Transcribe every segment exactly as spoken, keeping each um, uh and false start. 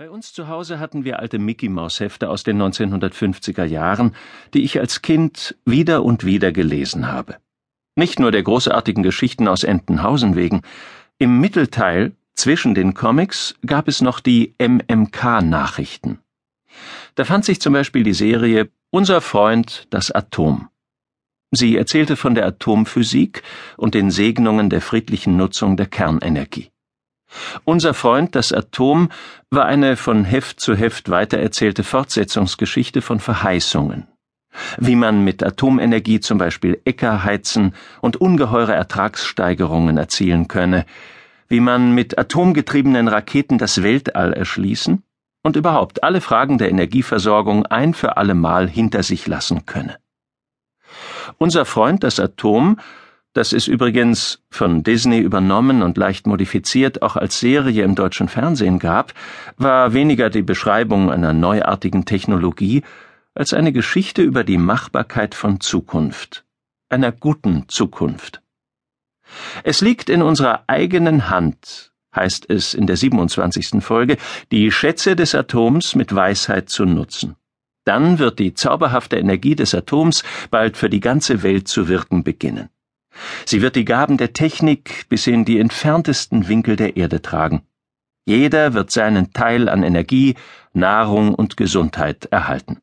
Bei uns zu Hause hatten wir alte Mickey-Maus-Hefte aus den neunzehnhundertfünfziger Jahren, die ich als Kind wieder und wieder gelesen habe. Nicht nur der großartigen Geschichten aus Entenhausen wegen. Im Mittelteil, zwischen den Comics, gab es noch die M M K-Nachrichten. Da fand sich zum Beispiel die Serie Unser Freund, das Atom. Sie erzählte von der Atomphysik und den Segnungen der friedlichen Nutzung der Kernenergie. Unser Freund, das Atom, war eine von Heft zu Heft weitererzählte Fortsetzungsgeschichte von Verheißungen. Wie man mit Atomenergie zum Beispiel Äcker heizen und ungeheure Ertragssteigerungen erzielen könne, wie man mit atomgetriebenen Raketen das Weltall erschließen und überhaupt alle Fragen der Energieversorgung ein für alle Mal hinter sich lassen könne. Unser Freund, das Atom, das es übrigens von Disney übernommen und leicht modifiziert auch als Serie im deutschen Fernsehen gab, war weniger die Beschreibung einer neuartigen Technologie als eine Geschichte über die Machbarkeit von Zukunft, einer guten Zukunft. Es liegt in unserer eigenen Hand, heißt es in der siebenundzwanzigsten Folge, die Schätze des Atoms mit Weisheit zu nutzen. Dann wird die zauberhafte Energie des Atoms bald für die ganze Welt zu wirken beginnen. Sie wird die Gaben der Technik bis in die entferntesten Winkel der Erde tragen. Jeder wird seinen Teil an Energie, Nahrung und Gesundheit erhalten.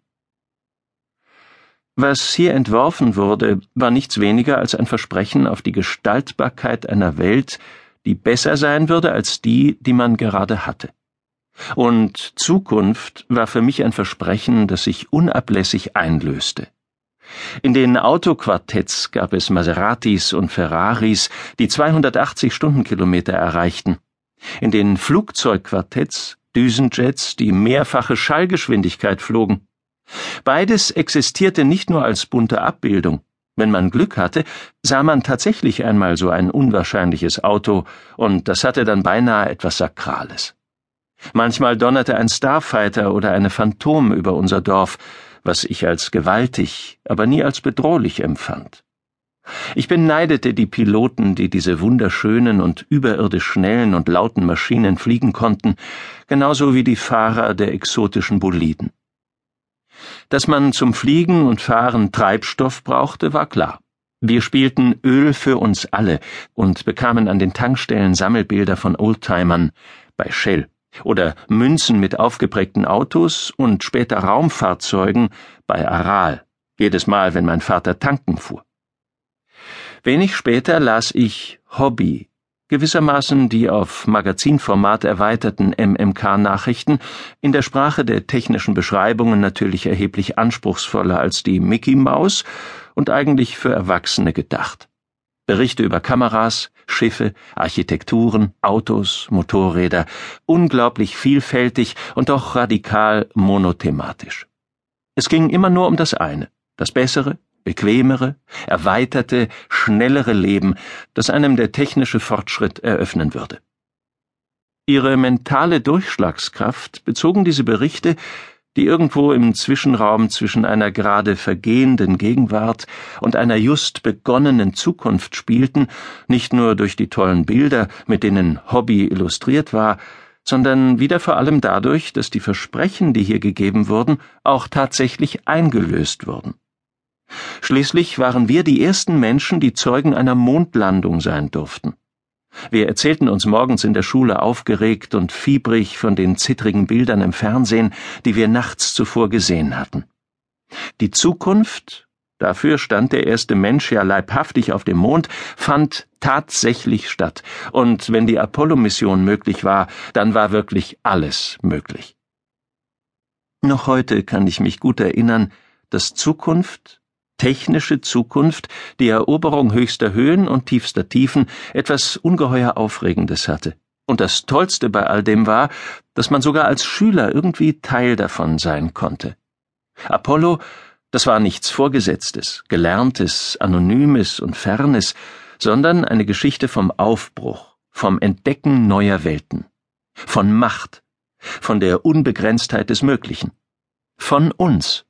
Was hier entworfen wurde, war nichts weniger als ein Versprechen auf die Gestaltbarkeit einer Welt, die besser sein würde als die, die man gerade hatte. Und Zukunft war für mich ein Versprechen, das sich unablässig einlöste. In den Autoquartetts gab es Maseratis und Ferraris, die zweihundertachtzig Stundenkilometer erreichten. In den Flugzeugquartetts Düsenjets, die mehrfache Schallgeschwindigkeit flogen. Beides existierte nicht nur als bunte Abbildung. Wenn man Glück hatte, sah man tatsächlich einmal so ein unwahrscheinliches Auto, und das hatte dann beinahe etwas Sakrales. Manchmal donnerte ein Starfighter oder eine Phantom über unser Dorf, was ich als gewaltig, aber nie als bedrohlich empfand. Ich beneidete die Piloten, die diese wunderschönen und überirdisch schnellen und lauten Maschinen fliegen konnten, genauso wie die Fahrer der exotischen Boliden. Dass man zum Fliegen und Fahren Treibstoff brauchte, war klar. Wir spielten Öl für uns alle und bekamen an den Tankstellen Sammelbilder von Oldtimern bei Shell. Oder Münzen mit aufgeprägten Autos und später Raumfahrzeugen bei Aral, jedes Mal, wenn mein Vater tanken fuhr. Wenig später las ich Hobby, gewissermaßen die auf Magazinformat erweiterten M M K-Nachrichten, in der Sprache der technischen Beschreibungen natürlich erheblich anspruchsvoller als die Mickey Maus und eigentlich für Erwachsene gedacht. Berichte über Kameras, Schiffe, Architekturen, Autos, Motorräder, unglaublich vielfältig und doch radikal monothematisch. Es ging immer nur um das eine, das bessere, bequemere, erweiterte, schnellere Leben, das einem der technische Fortschritt eröffnen würde. Ihre mentale Durchschlagskraft bezogen diese Berichte, die irgendwo im Zwischenraum zwischen einer gerade vergehenden Gegenwart und einer just begonnenen Zukunft spielten, nicht nur durch die tollen Bilder, mit denen Hobby illustriert war, sondern wieder vor allem dadurch, dass die Versprechen, die hier gegeben wurden, auch tatsächlich eingelöst wurden. Schließlich waren wir die ersten Menschen, die Zeugen einer Mondlandung sein durften. Wir erzählten uns morgens in der Schule aufgeregt und fiebrig von den zittrigen Bildern im Fernsehen, die wir nachts zuvor gesehen hatten. Die Zukunft, dafür stand der erste Mensch ja leibhaftig auf dem Mond, fand tatsächlich statt, und wenn die Apollo-Mission möglich war, dann war wirklich alles möglich. Noch heute kann ich mich gut erinnern, dass Zukunft, technische Zukunft, die Eroberung höchster Höhen und tiefster Tiefen, etwas ungeheuer Aufregendes hatte. Und das Tollste bei all dem war, dass man sogar als Schüler irgendwie Teil davon sein konnte. Apollo, das war nichts Vorgesetztes, Gelerntes, Anonymes und Fernes, sondern eine Geschichte vom Aufbruch, vom Entdecken neuer Welten, von Macht, von der Unbegrenztheit des Möglichen, von uns.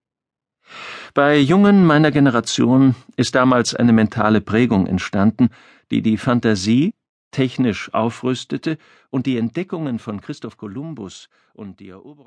Bei Jungen meiner Generation ist damals eine mentale Prägung entstanden, die die Fantasie technisch aufrüstete und die Entdeckungen von Christoph Kolumbus und die Eroberung